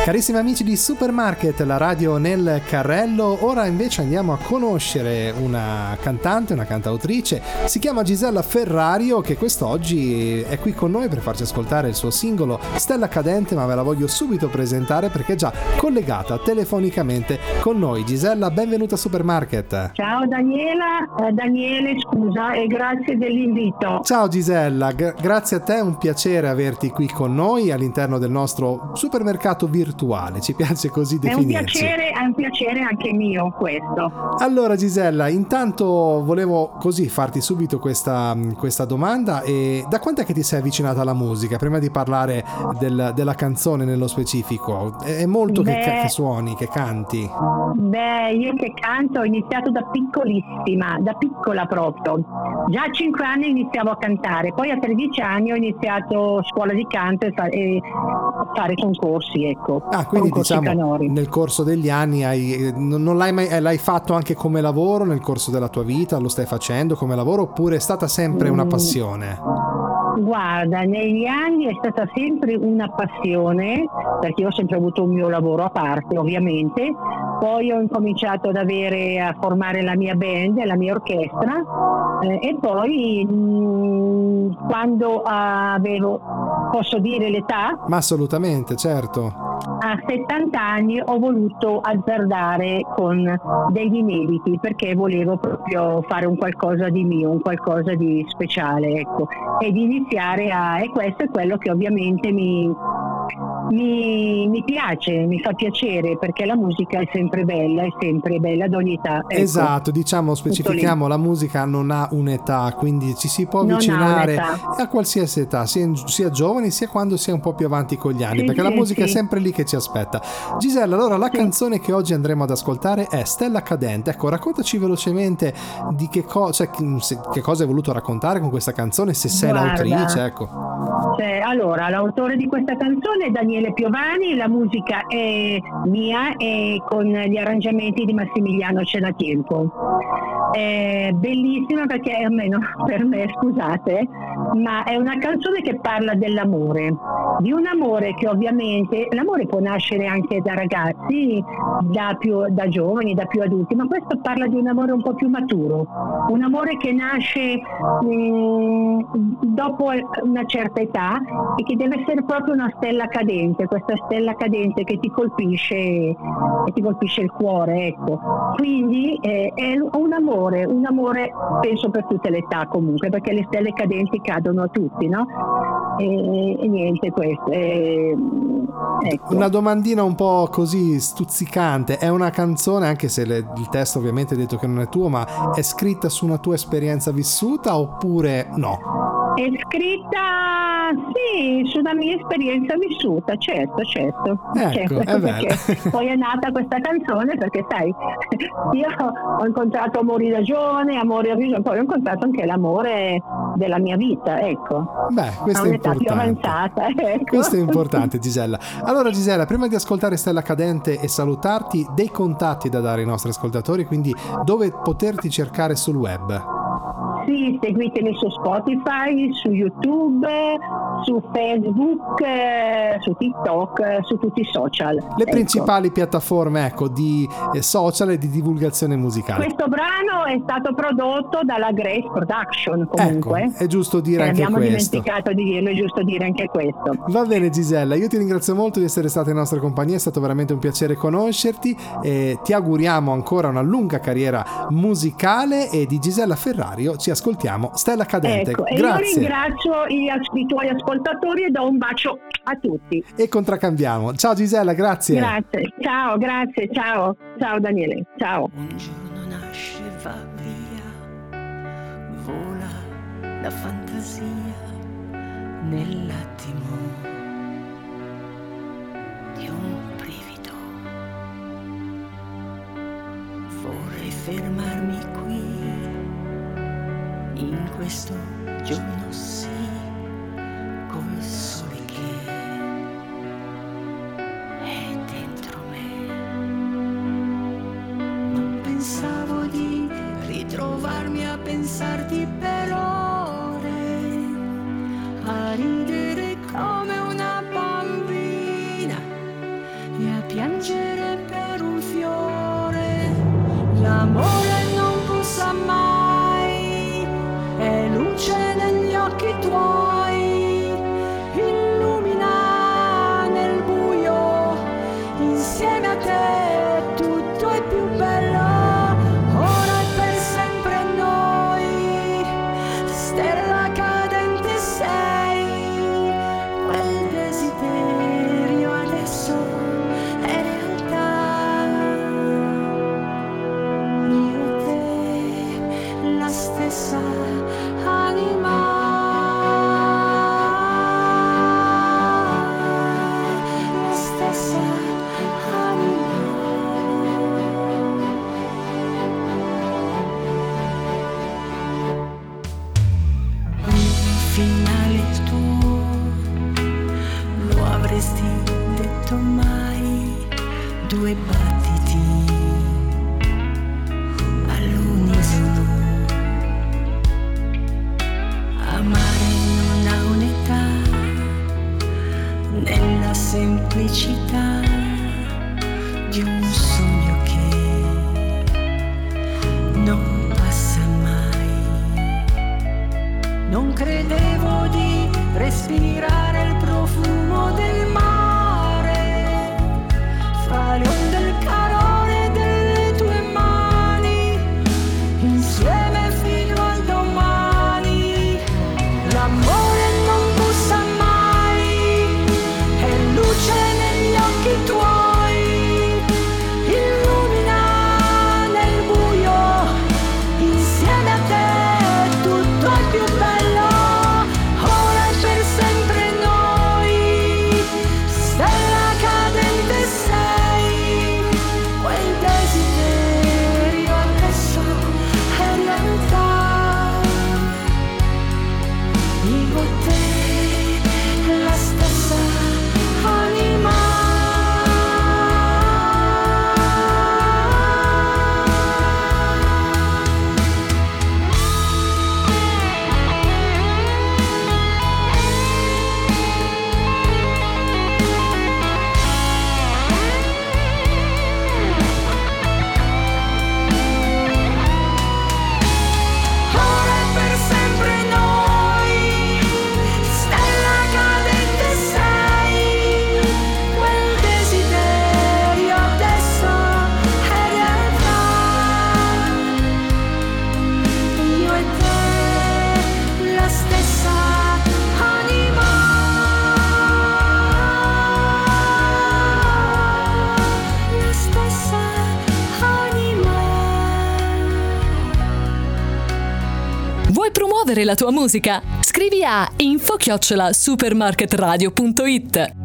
Carissimi amici di Supermarket, la radio nel carrello, ora invece andiamo a conoscere una cantante, una cantautrice, si chiama Gisella Ferrario, che quest'oggi è qui con noi per farci ascoltare il suo singolo Stella Cadente, ma ve la voglio subito presentare perché è già collegata telefonicamente con noi. Gisella, benvenuta a Supermarket. Ciao Daniele, scusa, e grazie dell'invito. Ciao Gisella, grazie a te, è un piacere averti qui con noi all'interno del nostro supermercato virtuale, ci piace così definirci. È un piacere anche mio questo. Allora Gisella, intanto volevo così farti subito questa domanda: e da quant'è che ti sei avvicinata alla musica? Prima di parlare della canzone nello specifico, è molto che suoni, che canti? Io che canto ho iniziato da piccolissima, da piccola proprio. Già a 5 anni iniziavo a cantare, poi a 13 anni ho iniziato scuola di canto e fare concorsi, ecco. Ah, quindi concorsi diciamo canori. Nel corso degli anni non l'hai fatto anche come lavoro nel corso della tua vita? Lo stai facendo come lavoro oppure è stata sempre una passione? Guarda, negli anni è stata sempre una passione, perché io ho sempre avuto un mio lavoro a parte, ovviamente. Poi ho incominciato a formare la mia band, la mia orchestra, e poi quando posso dire l'età? Ma assolutamente, certo. A 70 anni ho voluto azzardare con degli inediti, perché volevo proprio fare un qualcosa di mio, un qualcosa di speciale, ecco, ed iniziare e questo è quello che ovviamente mi piace, mi fa piacere, perché la musica è sempre bella ad ogni età. Ecco. Esatto, specifichiamo, la musica non ha un'età, quindi ci si può avvicinare a qualsiasi età, sia giovani sia quando si è un po' più avanti con gli anni, perché la musica è sempre lì che ci aspetta. Gisella, allora la canzone che oggi andremo ad ascoltare è Stella Cadente. Ecco, raccontaci velocemente di che cosa hai voluto raccontare con questa canzone, se sei l'autrice, ecco. Allora, l'autore di questa canzone è Daniele Piovani, la musica è mia e con gli arrangiamenti di Massimiliano Cenatiempo. È bellissima perché, almeno per me, scusate, ma è una canzone che parla dell'amore, di un amore che ovviamente, l'amore può nascere anche da ragazzi, da giovani, da più adulti, ma questo parla di un amore un po' più maturo, un amore che nasce dopo una certa età e che deve essere proprio una stella cadente, questa stella cadente che ti colpisce il cuore, ecco. Quindi è un amore penso per tutte le età comunque, perché le stelle cadenti cadono a tutti, no? E niente, questo ecco. Una domandina un po' così stuzzicante: è una canzone, anche se il testo ovviamente ha detto che non è tuo, ma è scritta su una tua esperienza vissuta oppure no? È scritta, sì, sulla mia esperienza vissuta, certo. Ecco, è bella. Poi è nata questa canzone perché, sai, io ho incontrato amori da giovane, poi ho incontrato anche l'amore della mia vita, ecco. Beh, questo è un'età importante. più avanzata, ecco. Questo è importante, Gisella. Allora Gisella, prima di ascoltare Stella Cadente e salutarti, dei contatti da dare ai nostri ascoltatori, quindi dove poterti cercare sul web? Sì, seguitemi su Spotify, su YouTube, su Facebook, su TikTok, su tutti i social. Le principali piattaforme, ecco, di social e di divulgazione musicale. Questo brano è stato prodotto dalla Grace Production, comunque. Ecco, è giusto dire anche questo. Abbiamo dimenticato di dirlo, è giusto dire anche questo. Va bene Gisella, io ti ringrazio molto di essere stata in nostra compagnia, è stato veramente un piacere conoscerti e ti auguriamo ancora una lunga carriera musicale, e di Gisella Ferrario ci ascoltiamo Stella Cadente. Ecco, grazie. E io ringrazio i tuoi ascoltatori e do un bacio a tutti. E contraccambiamo. Ciao Gisella, grazie. Grazie, ciao, grazie, ciao Daniele, ciao. Un giorno nasce e va via, vola la fantasia nell'attimo di un brivido. Vorrei fermarmi qui, in questo giorno sì, col sole che è dentro me. Non pensavo di ritrovarmi a pensarti per ore, a ridere come una bambina e piangere per un fiore, l'amore non bussa mai, è luce negli occhi tuoi, illumina nel buio, insieme a te tutto è più bello, ora e per sempre noi, stella cadente sei, quel desiderio adesso è realtà, io e te, la stessa anima, la stessa anima. Un finale tuo lo avresti detto mai, due battiti all'unisono. Amare non ha un'età, nella semplicità di un sogno che non passa mai. Non credevo di respirare il profumo del mare, fra le onde il calore delle tue mani, insieme fino al domani. L'amore non bussa mai, è luce negli occhi tuoi, illumina nel buio, insieme a te tutto è più bello, ora e per sempre noi, stella cadente sei, quel desiderio adesso è realtà, io e te, la stessa anima. Ora e per sempre noi, stella cadente sei, quel desiderio adesso è realtà, io e te, la stessa anima, la stessa anima. Vuoi promuovere la tua musica? Scrivi a info@supermarketradio.it.